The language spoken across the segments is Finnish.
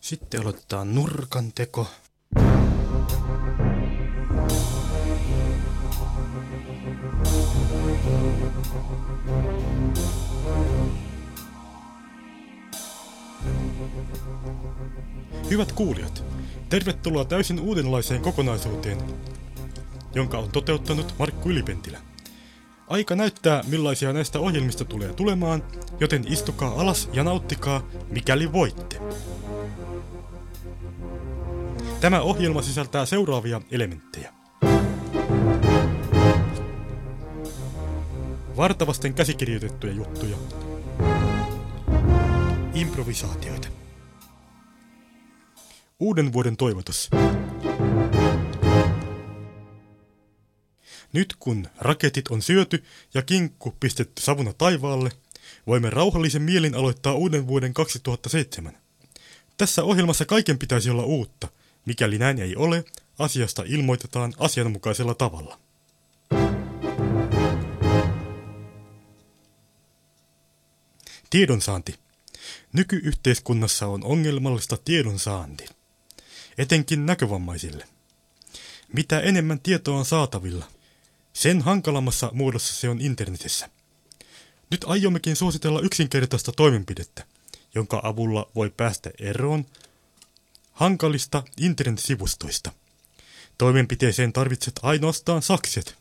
Sitten aloitetaan nurkan teko. Hyvät kuulijat, tervetuloa täysin uudenlaiseen kokonaisuuteen, jonka on toteuttanut Markku Ylipentilä. Aika näyttää, millaisia näistä ohjelmista tulee tulemaan, joten istukaa alas ja nauttikaa, mikäli voitte. Tämä ohjelma sisältää seuraavia elementtejä. Vartavasten käsikirjoitettuja juttuja. Improvisaatioita. Uuden vuoden toivotus. Nyt kun raketit on syöty ja kinkku pistetty savuna taivaalle, voimme rauhallisen mielin aloittaa uuden vuoden 2007. Tässä ohjelmassa kaiken pitäisi olla uutta. Mikäli näin ei ole, asiasta ilmoitetaan asianmukaisella tavalla. Tiedonsaanti. Nykyyhteiskunnassa on ongelmallista tiedonsaanti, etenkin näkövammaisille. Mitä enemmän tietoa on saatavilla, sen hankalammassa muodossa se on internetissä. Nyt aiommekin suositella yksinkertaista toimenpidettä, jonka avulla voi päästä eroon hankalista internet-sivustoista. Toimenpiteeseen tarvitset ainoastaan sakset.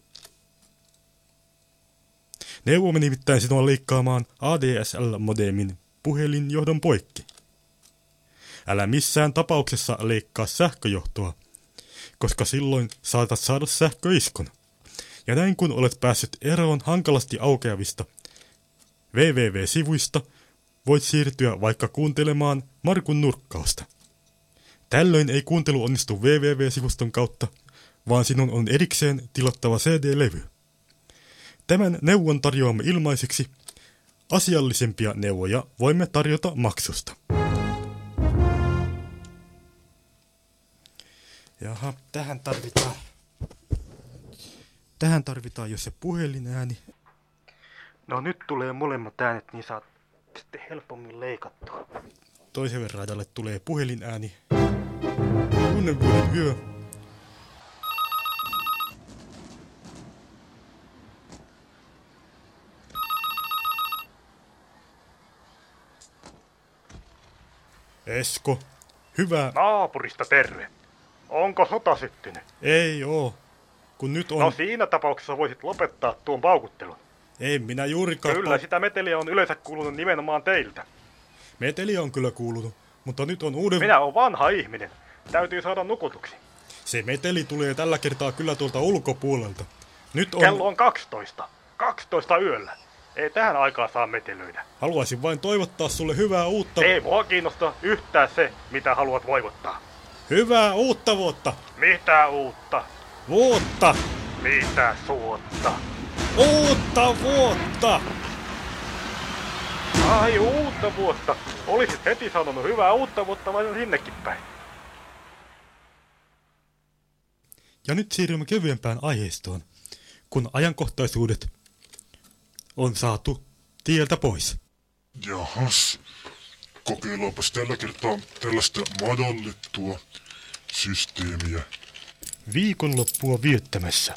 Neuvomme nimittäin sinua leikkaamaan ADSL-modemin puhelinjohdon poikki. Älä missään tapauksessa leikkaa sähköjohtoa, koska silloin saatat saada sähköiskon. Ja näin kun olet päässyt eroon hankalasti aukeavista www-sivuista, voit siirtyä vaikka kuuntelemaan Markun nurkkausta. Tällöin ei kuuntelu onnistu www-sivuston kautta, vaan sinun on erikseen tilattava CD-levy. Tämän neuvon tarjoamme ilmaiseksi. Asiallisempia neuvoja voimme tarjota maksusta. Jaha, tähän tarvitaan jo se puhelinääni. No nyt tulee molemmat äänet, niin saat sitten helpommin leikattua. Toiselle radalle tulee puhelinääni. Uuden vuoden yö. Esko, hyvä. Naapurista terve. Onko sota syttynyt? Ei oo, kun nyt on... No siinä tapauksessa voisit lopettaa tuon paukuttelun. Ei minä juurikaan... Kyllä, sitä meteliä on yleensä kuulunut nimenomaan teiltä. Meteliä on kyllä kuulunut, mutta nyt on uuden... Minä olen vanha ihminen. Täytyy saada nukutuksi. Se meteli tulee tällä kertaa kyllä tuolta ulkopuolelta. Nyt on... Kello on 12. 12 yöllä. Ei tähän aikaan saa metelöidä. Haluaisin vain toivottaa sulle hyvää uutta... Ei mua kiinnosta yhtään se, mitä haluat voivottaa. Hyvää uutta vuotta! Mitä uutta? Vuotta! Mitä suotta? Uutta vuotta! Ai uutta vuotta. Olisit heti sanonut hyvää uutta vuotta vain sinnekin päin. Ja nyt siirrymme kevyempään aiheistoon, kun ajankohtaisuudet on saatu tieltä pois. Jahas, kokeillaanpas tällä kertaa tällaista madallettua systeemiä. Viikonloppua viettämässä.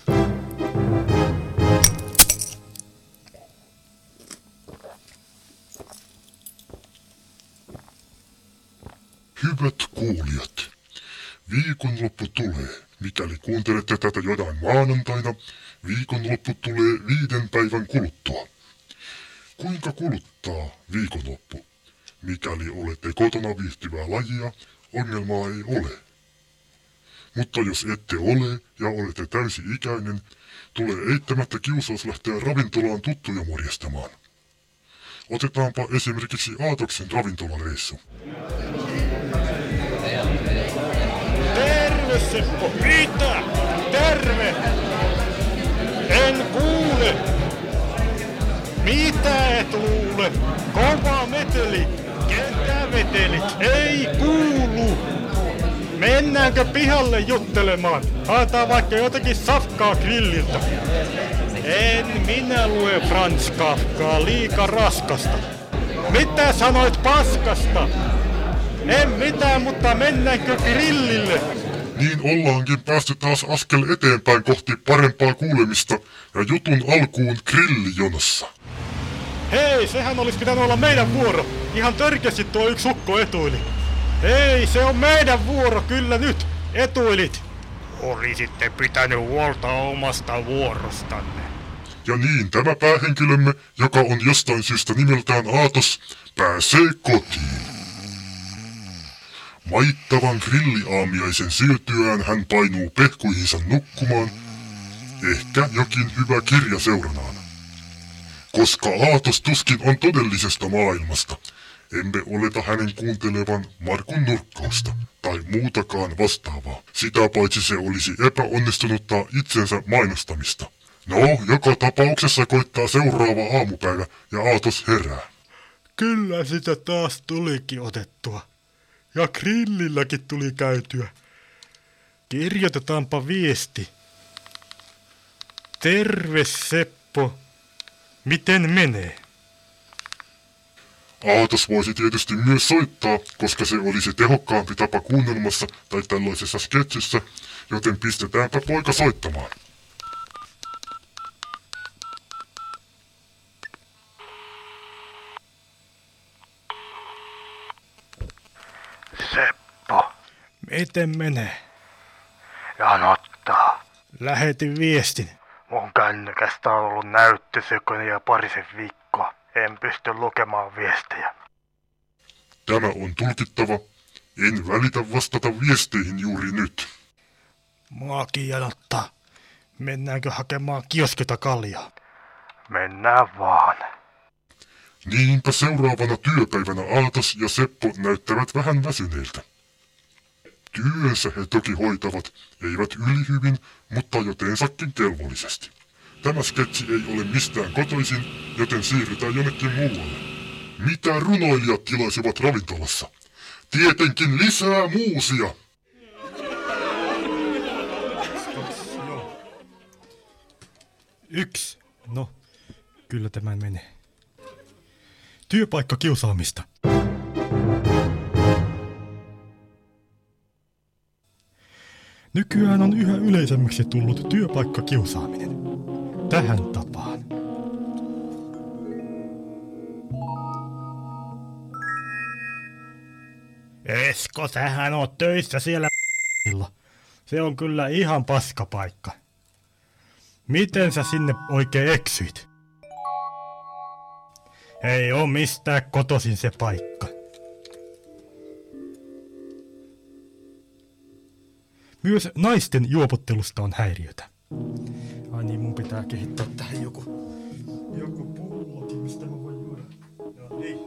Hyvät kuulijat, viikonloppu tulee. Mikäli kuuntelette tätä jotain maanantaina, viikonloppu tulee 5 päivän kuluttua. Kuinka kuluttaa viikonloppu? Mikäli olette kotona viihtyvää lajia, ongelmaa ei ole. Mutta jos ette ole ja olette täysi-ikäinen, tulee eittämättä kiusaus lähteä ravintolaan tuttuja morjestamaan. Otetaanpa esimerkiksi Aatoksen ravintolareissu. Terve Seppo! Mitä? Terve! En kuule! Mitä et luule? Kova meteli! Ketä metelit? Ei kuulu! Mennäänkö pihalle juttelemaan? Haetaan vaikka jotakin safkaa grilliltä. En minä lue Franz Kafkaa, liika raskasta. Mitä sanoit paskasta? En mitään, mutta mennäänkö grillille? Niin ollaankin päästy taas askel eteenpäin kohti parempaa kuulemista ja jutun alkuun grillijonossa. Hei, sehän olisi pitänyt olla meidän vuoro. Ihan törkeästi tuo yksi ukko etuili. Hei, se on meidän vuoro kyllä nyt. Etuilit. Olisitte pitänyt huolta omasta vuorostanne. Ja niin tämä päähenkilömme, joka on jostain syystä nimeltään Aatos, pääsee kotiin. Maittavan grilliaamiaisen syötyään hän painuu pehkuihinsa nukkumaan. Ehkä jokin hyvä kirja seuranaan. Koska Aatos tuskin on todellisesta maailmasta, emme oleta hänen kuuntelevan Markun nurkkausta tai muutakaan vastaavaa. Sitä paitsi se olisi epäonnistunutta itsensä mainostamista. No, joka tapauksessa koittaa seuraava aamupäivä ja Aatos herää. Kyllä sitä taas tulikin otettua. Ja grillilläkin tuli käytyä. Kirjoitetaanpa viesti. Terve Seppo. Miten menee? Aatos voisi tietysti myös soittaa, koska se olisi tehokkaampi tapa kuunnelmassa tai tällaisessa sketsissä, joten pistetäänpä poika soittamaan. Seppo. Miten menee? Janottaa. Lähetin viestin. Mun kännykästä on ollut näyttösekoni ja parisen viikkoa. En pysty lukemaan viestejä. Tämä on tulkittava. En välitä vastata viesteihin juuri nyt. Muakin janottaa. Mennäänkö hakemaan kioskilta kaljaa? Mennään vaan. Niinpä seuraavana työpäivänä Aatos ja Seppo näyttävät vähän väsyneiltä. Työnsä he toki hoitavat, eivät ylihyvin, mutta jotensakin kelvollisesti. Tämä sketsi ei ole mistään kotoisin, joten siirrytään jonnekin muualle. Mitä runoilijat tilaisivat ravintolassa? Tietenkin lisää muusia! Yksi. No, kyllä tämä menee. Työpaikkakiusaamista. Nykyään on yhä yleisemmäksi tullut työpaikkakiusaaminen. Tähän tapaan. Esko, sähän oot töissä siellä Se on kyllä ihan paskapaikka. Miten sä sinne oikein eksyit? Ei oo mistään kotoisin se paikka. Myös naisten juopottelusta on häiriötä. Ai niin, mun pitää kehittää tähän joku pullokin, mistä mä voin juoda. No niin.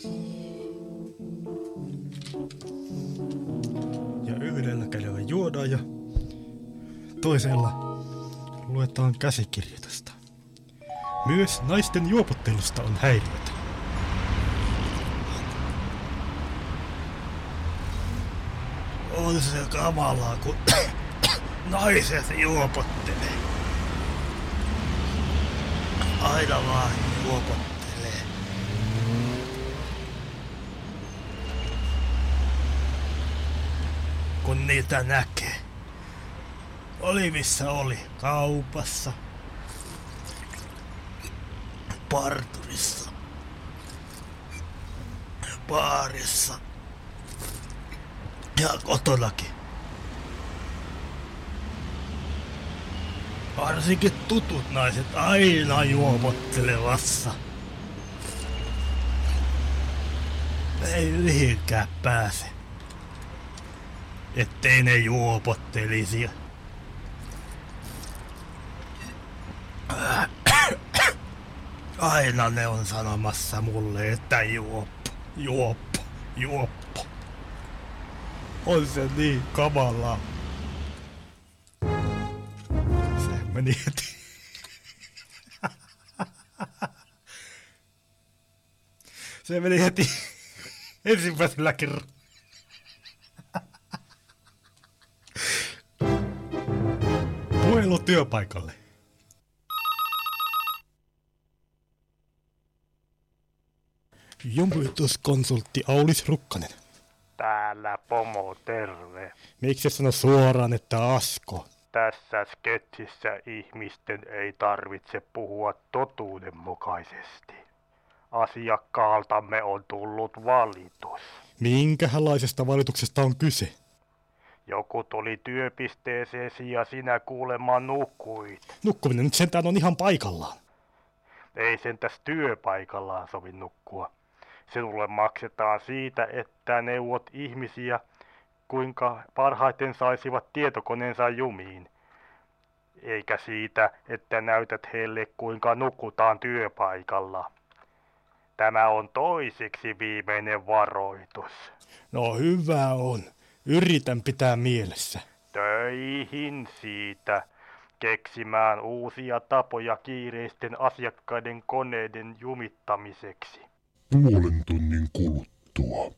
Ja yhdellä kädellä juodaan ja toisella luetaan käsikirjoitusta. Myös naisten juopottelusta on häiriötä. On se kamalaa, kun naiset juopottelee. Aina vaan juopottelee. Kun niitä näkee. Oli missä oli. Kaupassa. Parturissa. Baarissa. Ja kotonakin. Varsinkin tutut naiset aina juopottelevassa. Ei mihinkään pääse. Ettei ne juopottelisi. Aina ne on sanomassa mulle, että juoppo. On se niin kamalaa. Se meni heti. Se meni heti ensimmäisellä kerralla. Puhelu työpaikalle. Jompurituskonsultti Aulis Rukkanen. Täällä Pomo, terve. Miksi sano suoraan, että Asko? Tässä sketsissä ihmisten ei tarvitse puhua totuudenmukaisesti. Asiakkaaltamme on tullut valitus. Minkälaisesta valituksesta on kyse? Joku tuli työpisteeseesi ja sinä kuulemma nukkuit. Nukkuminen nyt sentään on ihan paikallaan. Ei sentäs työpaikallaan sovi nukkua. Sinulle maksetaan siitä, että neuvot ihmisiä, kuinka parhaiten saisivat tietokoneensa jumiin. Eikä siitä, että näytät heille, kuinka nukutaan työpaikalla. Tämä on toiseksi viimeinen varoitus. No hyvä on. Yritän pitää mielessä. Töihin siitä. Keksimään uusia tapoja kiireisten asiakkaiden koneiden jumittamiseksi. Puolen tunnin kuluttua.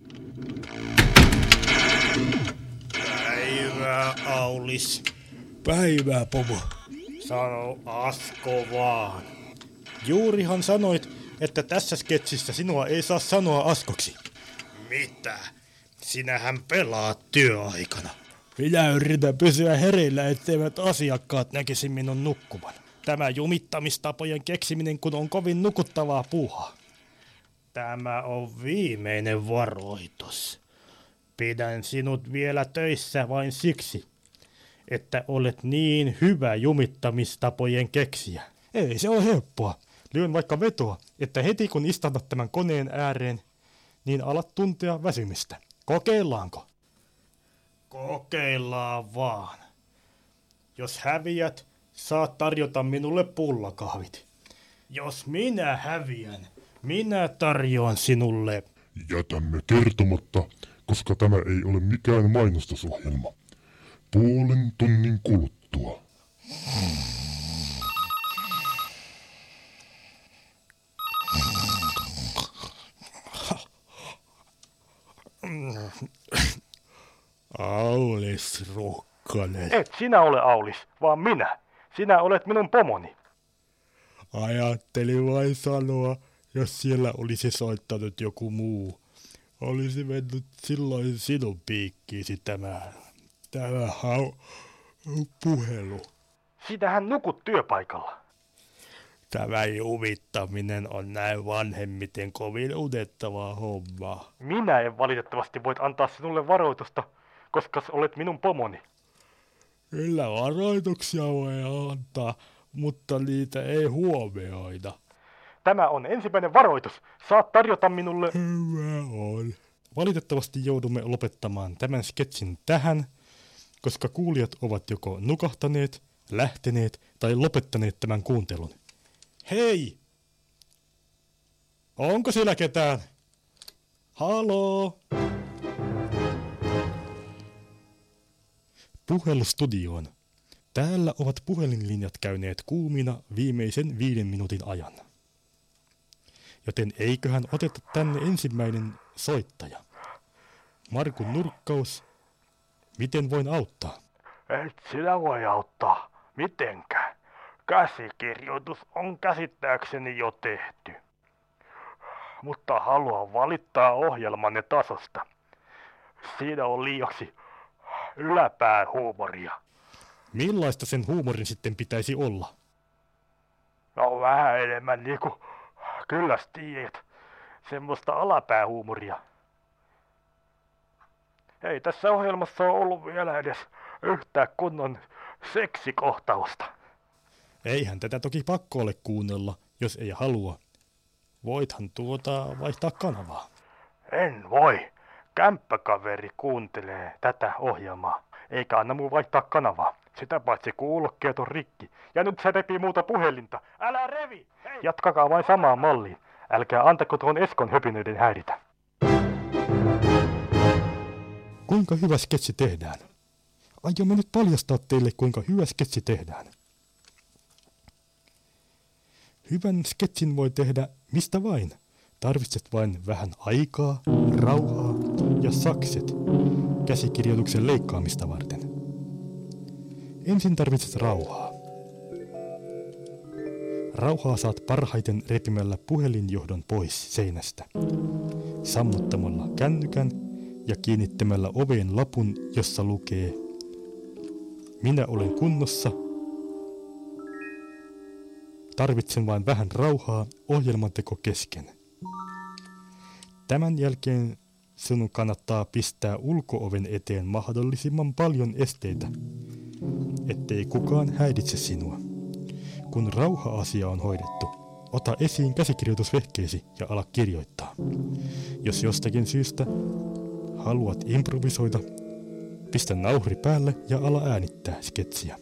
Päivää, Aulis. Päivää, Pomo. Sano Asko vaan. Juurihan sanoit, että tässä sketsissä sinua ei saa sanoa Askoksi. Mitä? Sinähän pelaat työaikana. Minä yritän pysyä hereillä, etteivät asiakkaat näkisi minun nukkuman. Tämä jumittamistapojen keksiminen kun on kovin nukuttavaa puuhaa. Tämä on viimeinen varoitus. Pidän sinut vielä töissä vain siksi, että olet niin hyvä jumittamistapojen keksijä. Ei se ole helppoa. Lyön vaikka vetoa, että heti kun istutat tämän koneen ääreen, niin alat tuntea väsymistä. Kokeillaanko? Kokeillaan vaan. Jos häviät, saat tarjota minulle pullakahvit. Jos minä häviän, minä tarjoan sinulle. Jätämme kertomatta, koska tämä ei ole mikään mainostusohjelma. Puolen tunnin kuluttua. Aulis Rukkanen. Et sinä ole Aulis, vaan minä. Sinä olet minun pomoni. Ajattelin vain sanoa, jos siellä olisi soittanut joku muu. Olisi mennyt silloin sinun piikkiisi tämä puhelu. Sitähän nukut työpaikalla. Tämä jumittaminen on näin vanhemmiten kovin unettavaa hommaa. Minä en valitettavasti voi antaa sinulle varoitusta, koska olet minun pomoni. Kyllä varoituksia voi antaa, mutta niitä ei huomioida. Tämä on ensimmäinen varoitus. Saat tarjota minulle... Hyvä on. Valitettavasti joudumme lopettamaan tämän sketsin tähän, koska kuulijat ovat joko nukahtaneet, lähteneet tai lopettaneet tämän kuuntelun. Hei! Onko siellä ketään? Haloo? Puhelustudioon. Täällä ovat puhelinlinjat käyneet kuumina viimeisen 5 minuutin ajan. Joten eiköhän oteta tänne ensimmäinen soittaja. Markun nurkkaus. Miten voin auttaa? Et sinä voi auttaa. Mitenkä? Käsikirjoitus on käsittääkseni jo tehty. Mutta haluan valittaa ohjelmanne tasosta. Siinä on liiaksi yläpäähuumoria. Millaista sen huumorin sitten pitäisi olla? No vähän enemmän niinku, kyllä tiedät, semmoista alapäähuumoria. Ei tässä ohjelmassa ole ollut vielä edes yhtään kunnon seksikohtausta. Eihän tätä toki pakko ole kuunnella, jos ei halua. Voithan vaihtaa kanavaa. En voi. Kämppäkaveri kuuntelee tätä ohjelmaa, eikä anna mun vaihtaa kanavaa. Sitä paitsi kuulokkeet on rikki. Ja nyt se repii muuta puhelinta. Älä revi! Hei! Jatkakaa vain samaan malliin. Älkää antako tuon Eskon höpinöiden häiritä. Kuinka hyvä sketsi tehdään? Aiomme nyt paljastaa teille, kuinka hyvä sketsi tehdään. Hyvän sketsin voi tehdä mistä vain. Tarvitset vain vähän aikaa, rauhaa ja sakset käsikirjoituksen leikkaamista varten. Ensin tarvitset rauhaa. Rauhaa saat parhaiten repimällä puhelinjohdon pois seinästä, sammuttamalla kännykän ja kiinnittämällä oveen lapun, jossa lukee: minä olen kunnossa, tarvitsen vain vähän rauhaa, ohjelmanteko kesken. Tämän jälkeen sinun kannattaa pistää ulko-oven eteen mahdollisimman paljon esteitä, ettei kukaan häiritse sinua. Kun rauha-asia on hoidettu, ota esiin käsikirjoitusvehkeesi ja ala kirjoittaa. Jos jostakin syystä haluat improvisoida, pistä nauhuri päälle ja ala äänittää sketsiä.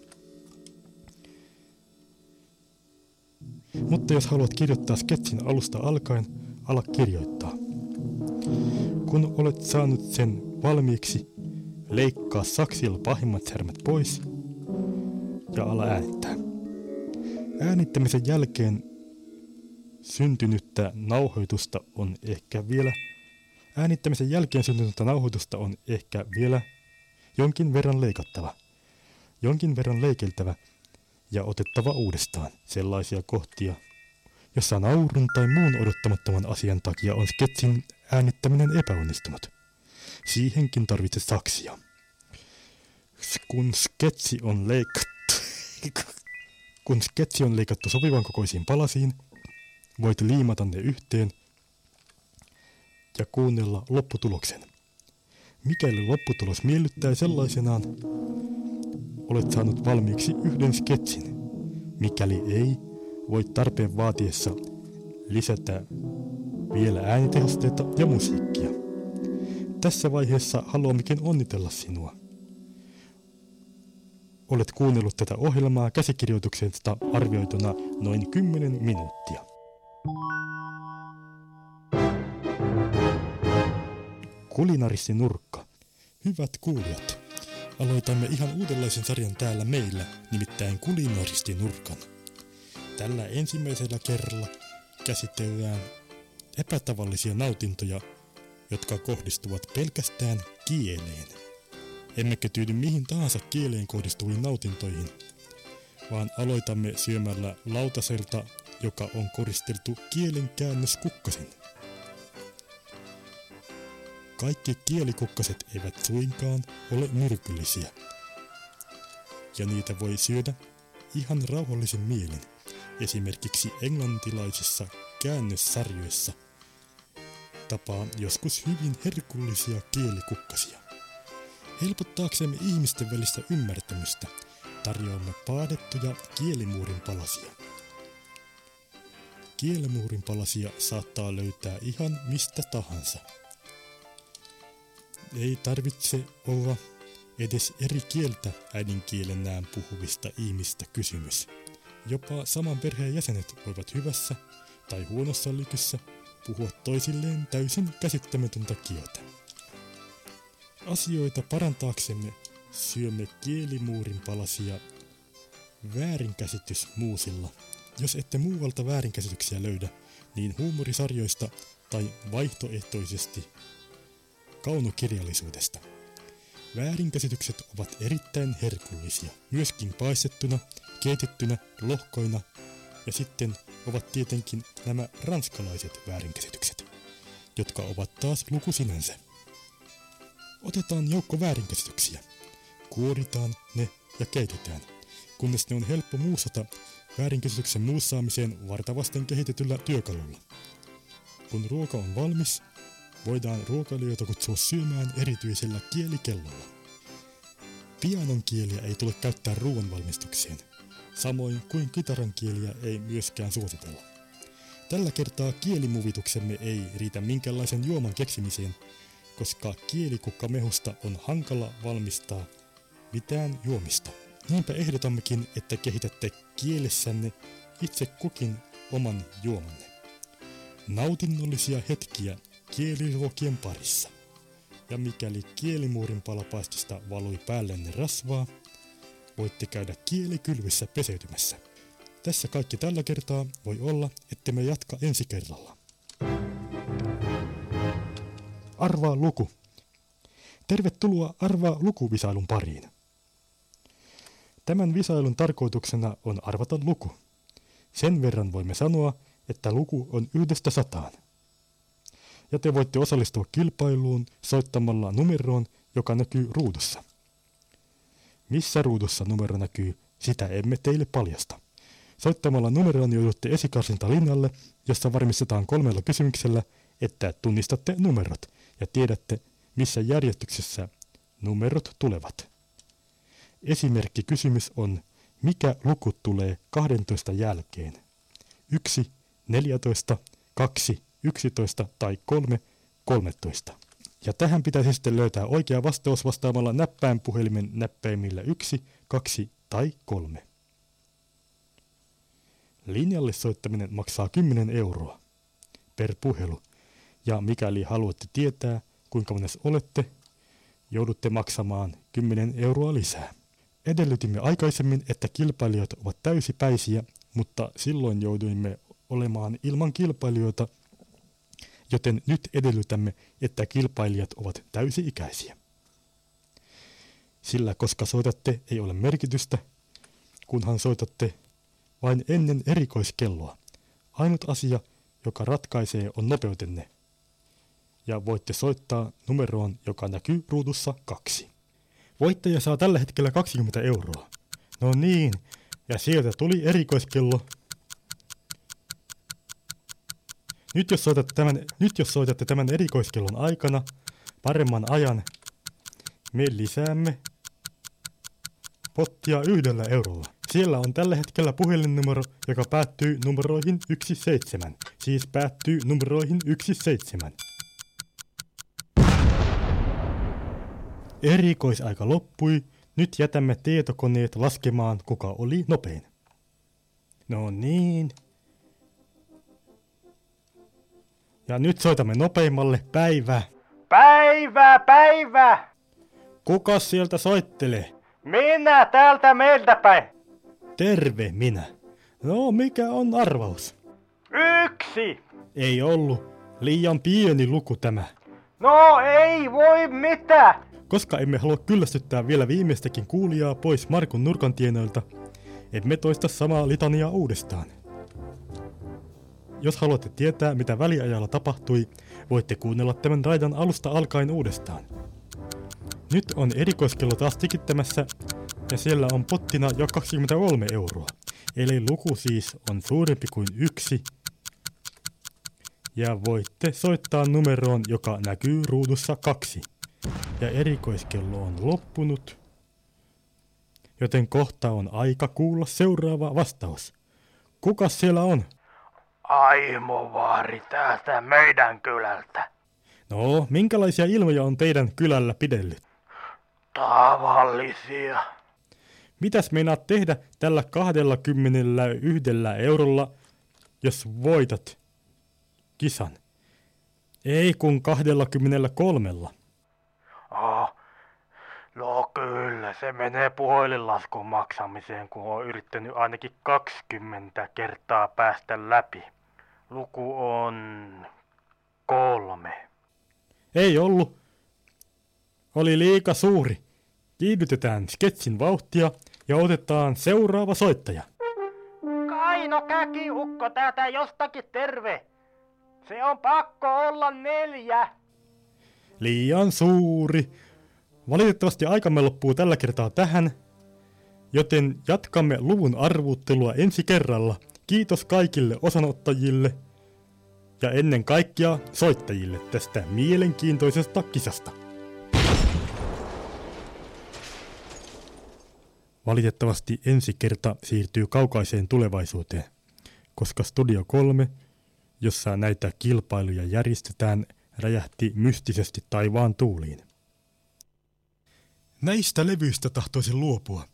Mutta jos haluat kirjoittaa sketsin alusta alkaen, ala kirjoittaa. Kun olet saanut sen valmiiksi, leikkaa saksilla pahimmat särmät pois ja ala äänittää. Äänittämisen jälkeen syntynyttä nauhoitusta on ehkä vielä jonkin verran leikattava, jonkin verran leikeltävä ja otettava uudestaan sellaisia kohtia, jossa naurun tai muun odottamattoman asian takia on sketsin äänittäminen epäonnistunut. Siihenkin tarvitset saksia. Kun sketsi on leikattu sopivan kokoisiin palasiin, voit liimata ne yhteen ja kuunnella lopputuloksen. Mikäli lopputulos miellyttää sellaisenaan, olet saanut valmiiksi yhden sketsin. Mikäli ei, voit tarpeen vaatiessa lisätä vielä äänitehosteita ja musiikkia. Tässä vaiheessa haluammekin onnitella sinua. Olet kuunnellut tätä ohjelmaa käsikirjoituksesta arvioituna noin 10 minuuttia. Kulinaristinurkka. Hyvät kuulijat, aloitamme ihan uudenlaisen sarjan täällä meillä, nimittäin Kulinaristinurkan. Tällä ensimmäisellä kerralla käsitellään epätavallisia nautintoja, jotka kohdistuvat pelkästään kieleen. Emmekä tyydy mihin tahansa kieleen kohdistuviin nautintoihin, vaan aloitamme syömällä lautaselta, joka on koristeltu kielen käännöskukkasen. Kaikki kielikukkaset eivät suinkaan ole myrkyllisiä, ja niitä voi syödä ihan rauhallisin mielin, esimerkiksi englantilaisissa käännössarjoissa tapaa joskus hyvin herkullisia kielikukkasia. Helpottaaksemme ihmisten välistä ymmärtämystä tarjoamme paadettuja kielimuurin palasia. Kielimuurin palasia saattaa löytää ihan mistä tahansa. Ei tarvitse olla edes eri kieltä äidinkielenään puhuvista ihmistä kysymys. Jopa saman perheen jäsenet voivat hyvässä tai huonossa lykyssä puhua toisilleen täysin käsittämätöntä kieltä. Asioita parantaaksemme syömme kielimuurin palasia väärinkäsitysmuusilla. Jos ette muualta väärinkäsityksiä löydä, niin huumorisarjoista tai vaihtoehtoisesti kaunokirjallisuudesta. Väärinkäsitykset ovat erittäin herkullisia, myöskin paistettuna, keitettynä, lohkoina, ja sitten ovat tietenkin nämä ranskalaiset väärinkäsitykset, jotka ovat taas luku sinänsä. Otetaan joukko väärinkäsityksiä, kuoritaan ne ja keitetään, kunnes ne on helppo muussata väärinkäsityksen muussaamiseen vartavasten kehitetyllä työkalulla. Kun ruoka on valmis, voidaan ruokailijoita kutsua syömään erityisellä kielikellolla. Pianon kieliä ei tule käyttää ruoan valmistukseen, samoin kuin kitaran kieliä ei myöskään suositella. Tällä kertaa kielimuvituksemme ei riitä minkäänlaisen juoman keksimiseen, koska kielikukkamehusta on hankala valmistaa mitään juomista. Niinpä ehdotammekin, että kehitätte kielessänne itse kukin oman juomanne. Nautinnollisia hetkiä kieliruokien parissa. Ja mikäli kielimuurin palapaistista valui päällenne rasvaa, voitte käydä kielikylvyssä peseytymässä. Tässä kaikki tällä kertaa, voi olla, ettemme jatka ensi kerralla. Arvaa luku. Tervetuloa Arvaa lukuvisailun pariin. Tämän visailun tarkoituksena on arvata luku. Sen verran voimme sanoa, että luku on 1–100. ja te voitte osallistua kilpailuun soittamalla numeroon, joka näkyy ruudussa. Missä ruudussa numero näkyy, sitä emme teille paljasta. Soittamalla numeroon joudutte esikarsintalinjalle, jossa varmistetaan 3 kysymyksellä, että tunnistatte numerot ja tiedätte, missä järjestyksessä numerot tulevat. Esimerkkikysymys on, mikä luku tulee 12 jälkeen? 1, 14, 2, 11 tai 3, 13. Ja tähän pitäisi sitten löytää oikea vastaus vastaamalla näppäinpuhelimen näppäimillä 1, 2 tai 3. Linjalle soittaminen maksaa 10 € per puhelu, ja mikäli haluatte tietää, kuinka mones olette, joudutte maksamaan 10 € lisää. Edellytimme aikaisemmin, että kilpailijat ovat täysipäisiä, mutta silloin jouduimme olemaan ilman kilpailijoita, joten nyt edellytämme, että kilpailijat ovat täysi-ikäisiä. Sillä koska soitatte, ei ole merkitystä, kunhan soitatte vain ennen erikoiskelloa. Ainut asia, joka ratkaisee, on nopeutenne. Ja voitte soittaa numeroon, joka näkyy ruudussa 2. Voittaja saa tällä hetkellä 20 €. No niin, ja sieltä tuli erikoiskello. Nyt jos soitatte tämän erikoiskellon aikana paremman ajan, me lisäämme pottia 1 €. Siellä on tällä hetkellä puhelinnumero, joka päättyy numeroihin 17. Siis päättyy numeroihin 17. Erikoisaika loppui. Nyt jätämme tietokoneet laskemaan, kuka oli nopein. No niin. Ja nyt soitamme nopeimmalle. Päivä. Päivä! Kuka sieltä soittelee? Minä täältä meiltä päin. Terve, minä. No, mikä on arvaus? 1. Ei ollut. Liian pieni luku tämä. No ei voi mitään. Koska emme halua kyllästyttää vielä viimeistäkin kuulijaa pois Markun nurkantienoilta, emme toista samaa litaniaa uudestaan. Jos haluatte tietää, mitä väliajalla tapahtui, voitte kuunnella tämän raidan alusta alkaen uudestaan. Nyt on erikoiskello taas tikittämässä, ja siellä on pottina jo 23 €. Eli luku siis on suurempi kuin 1. Ja voitte soittaa numeroon, joka näkyy ruudussa 2. Ja erikoiskello on loppunut, joten kohta on aika kuulla seuraava vastaus. Kuka siellä on? Aimovaari täältä meidän kylältä. No, minkälaisia ilmoja on teidän kylällä pidellyt? Tavallisia. Mitäs meinaat tehdä tällä 21 €, jos voitat kisan? Ei kun 23. No kyllä, se menee puhelinlaskun maksamiseen, kun on yrittänyt ainakin 20 kertaa päästä läpi. Luku on 3. Ei ollut. Oli liika suuri. Kiihdytetään sketsin vauhtia ja otetaan seuraava soittaja. Kaino Käkiukko täältä jostakin terve. Se on pakko olla 4. Liian suuri. Valitettavasti aikamme loppuu tällä kertaa tähän, joten jatkamme luvun arvuuttelua ensi kerralla. Kiitos kaikille osanottajille ja ennen kaikkea soittajille tästä mielenkiintoisesta kisasta. Valitettavasti ensi kerta siirtyy kaukaiseen tulevaisuuteen, koska Studio 3, jossa näitä kilpailuja järjestetään, räjähti mystisesti taivaan tuuliin. Näistä levyistä tahtoisin luopua.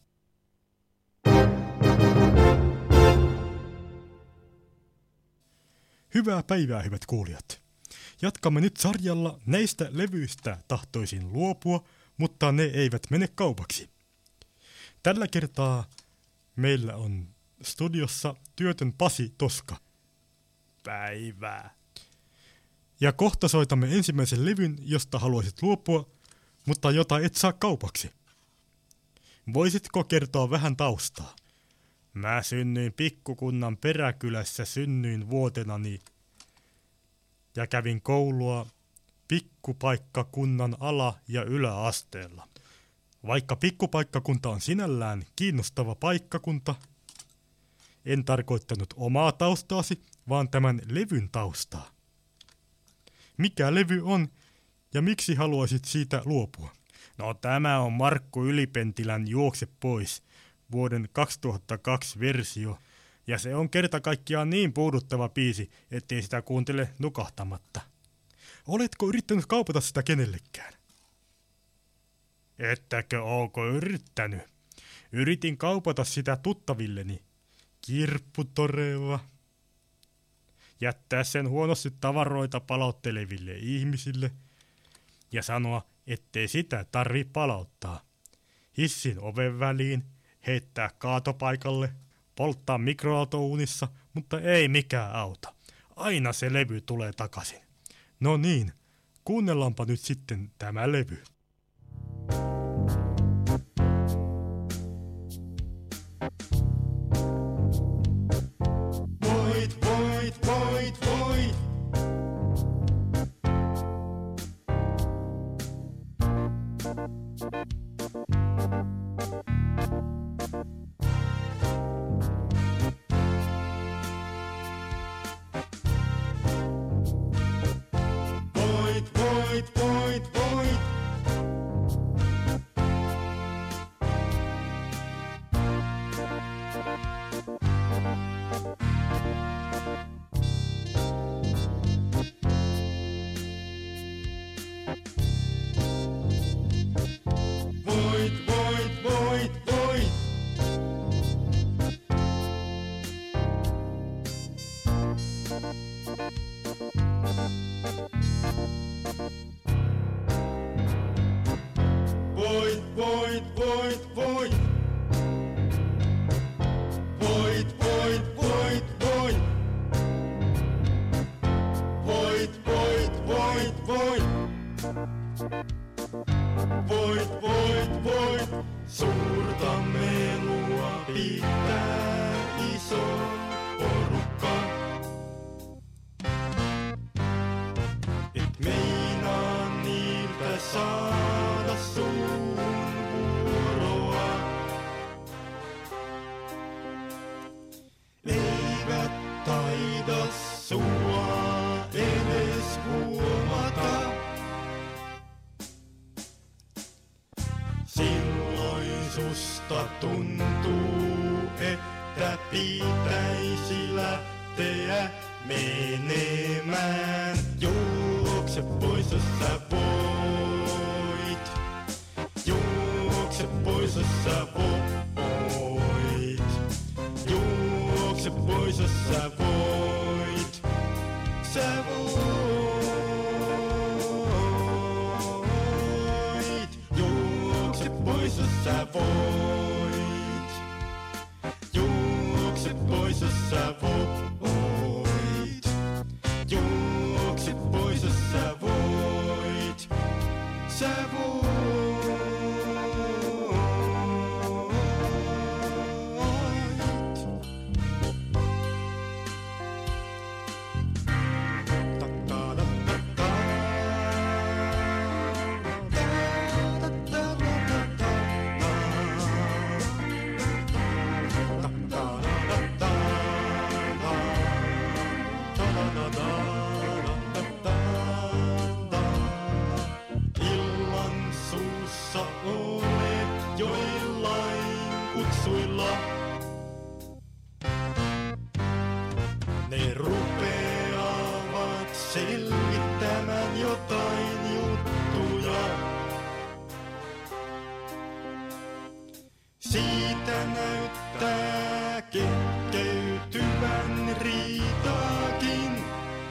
Hyvää päivää, hyvät kuulijat. Jatkamme nyt sarjalla Näistä levyistä tahtoisin luopua, mutta ne eivät mene kaupaksi. Tällä kertaa meillä on studiossa työtön Pasi Toska. Päivää. Ja kohta soitamme ensimmäisen levyn, josta haluaisit luopua, mutta jota et saa kaupaksi. Voisitko kertoa vähän taustaa? Mä synnyin pikkukunnan peräkylässä synnyin vuotenani. ja kävin koulua pikkupaikkakunnan ala- ja yläasteella. Vaikka pikkupaikkakunta on sinällään kiinnostava paikkakunta, en tarkoittanut omaa taustaasi, vaan tämän levyn taustaa. Mikä levy on ja miksi haluaisit siitä luopua? No, tämä on Markku Ylipentilän Juokse pois, vuoden 2002 versio, ja se on kerta kaikkiaan niin puuduttava biisi, ettei sitä kuuntele nukahtamatta. Oletko yrittänyt kaupata sitä kenellekään? Ettäkö ooko yrittänyt? Yritin kaupata sitä tuttavilleni. Kirpputoreilla. Jättää sen huonosti tavaroita palautteleville ihmisille ja sanoa, ettei sitä tarvi palauttaa. Hissin oven väliin, heittää kaatopaikalle, polttaa mikroaaltouunissa, mutta ei mikään auta. Aina se levy tulee takaisin. No niin, kuunnellaanpa nyt sitten tämä levy. Voit, voit, voit, voit. Voit, voit, voit, voit. Voit, voit, voit, voit. Voit, voit, voit, voit. Voit, voit, voit, voit. Voit, voit, voit, voit. Voit, voit, voit. Suurta melua pitää iso porukka. Et meinaa niiltä saada sun vuoroa. Eivät taida sua edes huomata. Silloin susta tuntuu, että pitäisi lähteä menemään. Juokse pois, jos sä voit. Juokse pois, jos sä voit. Juokse pois, jos sä voit. Sä voit. Juokse pois, jos sä voit. Juokse pois, jos sä voit. Juokse pois, jos sä voit. Sä voit. Illan suussa olet joillain kutsuilla. Ne rupeavat selvittämään jotain juttuja. Siitä näyttää kehkeytyvän riitaakin.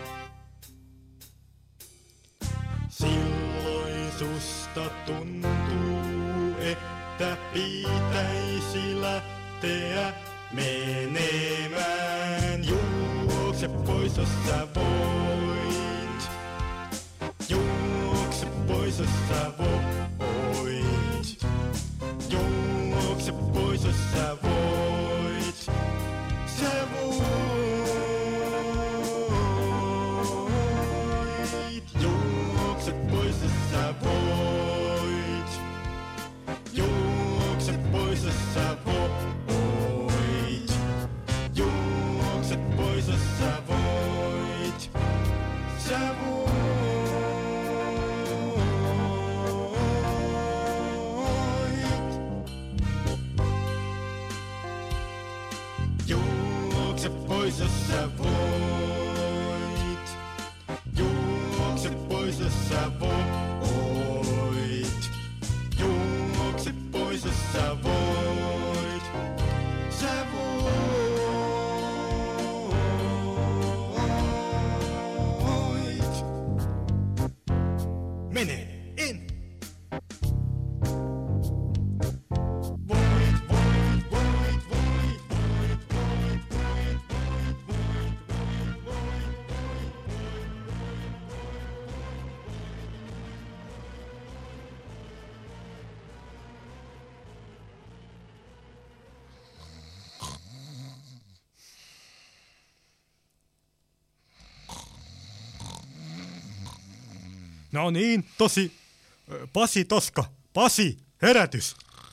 Silloin susta tuntuu, että pitäisi lähteä menemään. Juokse pois, jos sä voit. Juokse pois, jos sä voit. Juokse pois, jos sä voit. Sä voit. sä voit. Juokse pois, jos sä voit. Sä voit. Juokse pois, jos sä voit. Juokse pois, jos sä voit. Juokse pois, jos sä voit. Sä voit. Mene, en. Voit, voit, voit, voit, voit, voit, voit, voit, voit, No niin, Pasi Toska, Pasi, herätys!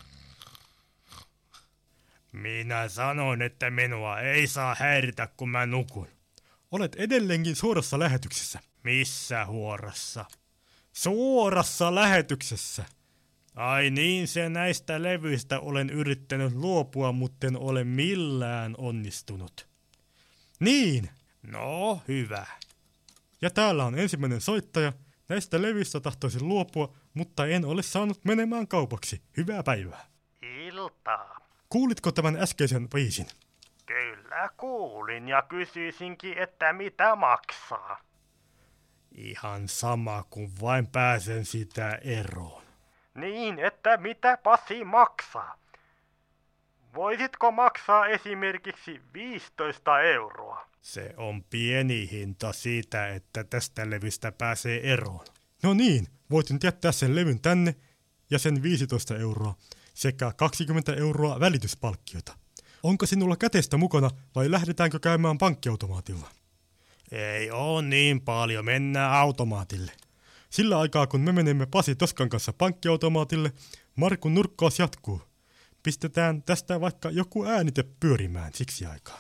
Minä sanoin, että minua ei saa häiritä, kun mä nukun. Olet edelleenkin suorassa lähetyksessä. Missä huorassa? Suorassa lähetyksessä. Ai niin, se näistä levyistä olen yrittänyt luopua, mutta en ole millään onnistunut. Niin. No, hyvä. Ja täällä on ensimmäinen soittaja. Näistä levyistä tahtoisin luopua, mutta en ole saanut menemään kaupaksi. Hyvää päivää. Iltaa. Kuulitko tämän äskeisen biisin? Kyllä kuulin ja kysyisinkin, että mitä maksaa. Ihan sama, kun vain pääsen sitä eroon. Niin, että mitä Pasi maksaa? Voisitko maksaa esimerkiksi 15 euroa? Se on pieni hinta siitä, että tästä levystä pääsee eroon. No niin, voitin jättää sen levyn tänne ja sen 15 euroa sekä 20 euroa välityspalkkiota. Onko sinulla käteistä mukana vai lähdetäänkö käymään pankkiautomaatilla? Ei oo niin paljon, mennään automaatille. Sillä aikaa kun me menemme Pasi Toskan kanssa pankkiautomaatille, Markun nurkkaus jatkuu. Pistetään tästä vaikka joku äänite pyörimään siksi aikaa.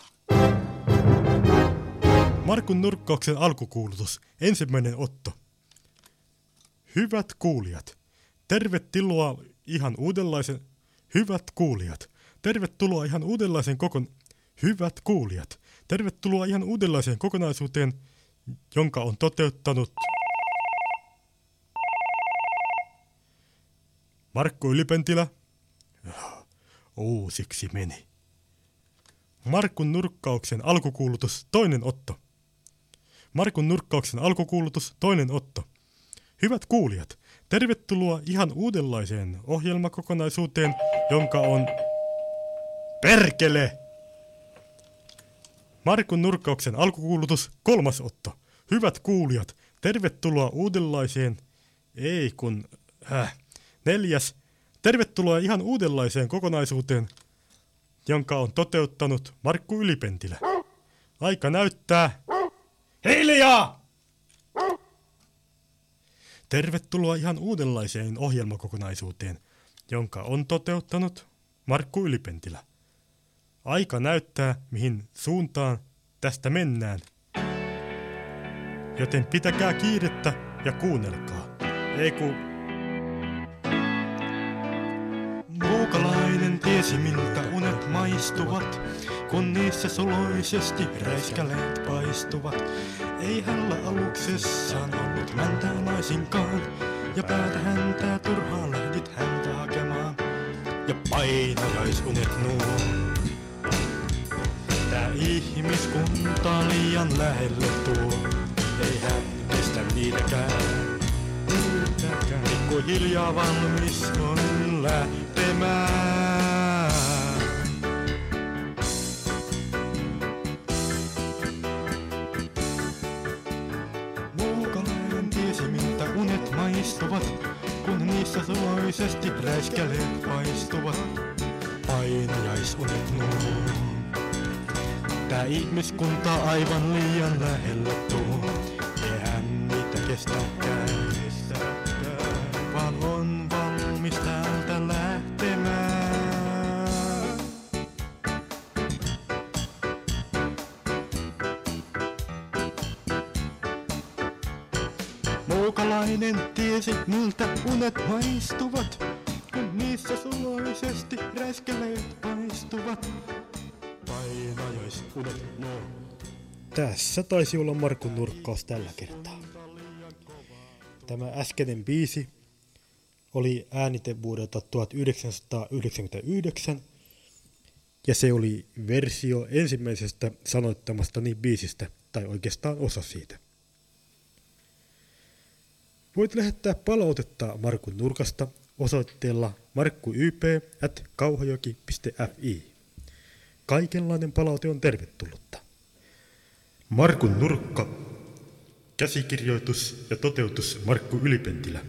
Markun nurkkauksen alkukuulutus, ensimmäinen otto. Hyvät kuulijat, tervetuloa ihan uudenlaisen... Hyvät kuulijat, tervetuloa ihan uudenlaisen Hyvät kuulijat, tervetuloa ihan uudenlaiseen kokonaisuuteen, jonka on toteuttanut... Markku Ylipentilä. Uusiksi meni. Markun nurkkauksen alkukuulutus, toinen otto. Markun nurkkauksen alkukuulutus, toinen otto. Hyvät kuulijat, tervetuloa ihan uudenlaiseen ohjelmakokonaisuuteen, jonka on... Perkele! Markun nurkkauksen alkukuulutus, kolmas otto. Hyvät kuulijat, tervetuloa uudenlaiseen... Neljäs. Tervetuloa ihan uudenlaiseen kokonaisuuteen, jonka on toteuttanut Markku Ylipentilä. Aika näyttää... Hiljaa! Tervetuloa ihan uudenlaiseen ohjelmakokonaisuuteen, jonka on toteuttanut Markku Ylipentilä. Aika näyttää, mihin suuntaan tästä mennään. Joten pitäkää kiirettä ja kuunnelkaa. Muukalainen tiesi miltä unet maistuvat, kun niissä suloisesti räiskäleet paistuvat. Ei hänellä aluksessaan ollut mäntää laisinkaan, ja päätä häntää turhaan lähdit häntä hakemaan. Ja painajaisunet nuo. Tää ihmiskunta liian lähelle tuo, ei hän kestä niitäkään. Pikkuhiljaa valmis on lähtemään. Muukalainen tiesi miltä unet maistuvat, kun niissä suloisesti räiskäleet paistuvat. Painajaisunet nuo. Tää ihmiskunta aivan liian lähelle tuo, eihän niitä kestäkään. Vaan on valmis täältä lähtemään. Nurkkalainen tiesi, miltä unet maistuvat, kun niissä suloisesti räiskeleet paistuvat. Painajaisunet, no. Tässä taisi olla Markun nurkkaus tällä kertaa. Tämä äskeinen biisi oli äänite vuodelta 1999, ja se oli versio ensimmäisestä sanoittamastani biisistä, tai oikeastaan osa siitä. Voit lähettää palautetta Markun nurkasta osoitteella markkuyp@kauhajoki.fi. Kaikenlainen palaute on tervetullutta. Markun nurkka, käsikirjoitus ja toteutus Markku Ylipentilä.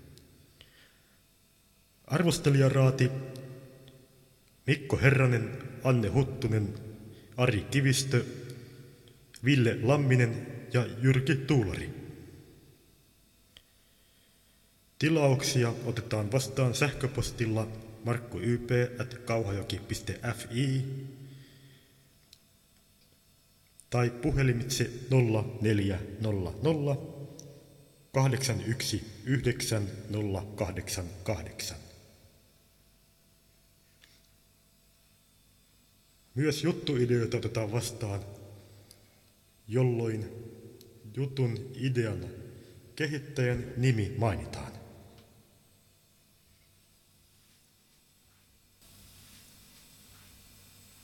Arvostelijaraati Mikko Herranen, Anne Huttunen, Ari Kivistö, Ville Lamminen ja Jyrki Tuulari. Tilauksia otetaan vastaan sähköpostilla markkuyp@kauhajoki.fi tai puhelimitse 0400 819 088. Myös juttuideoita otetaan vastaan, jolloin jutun idean kehittäjän nimi mainitaan.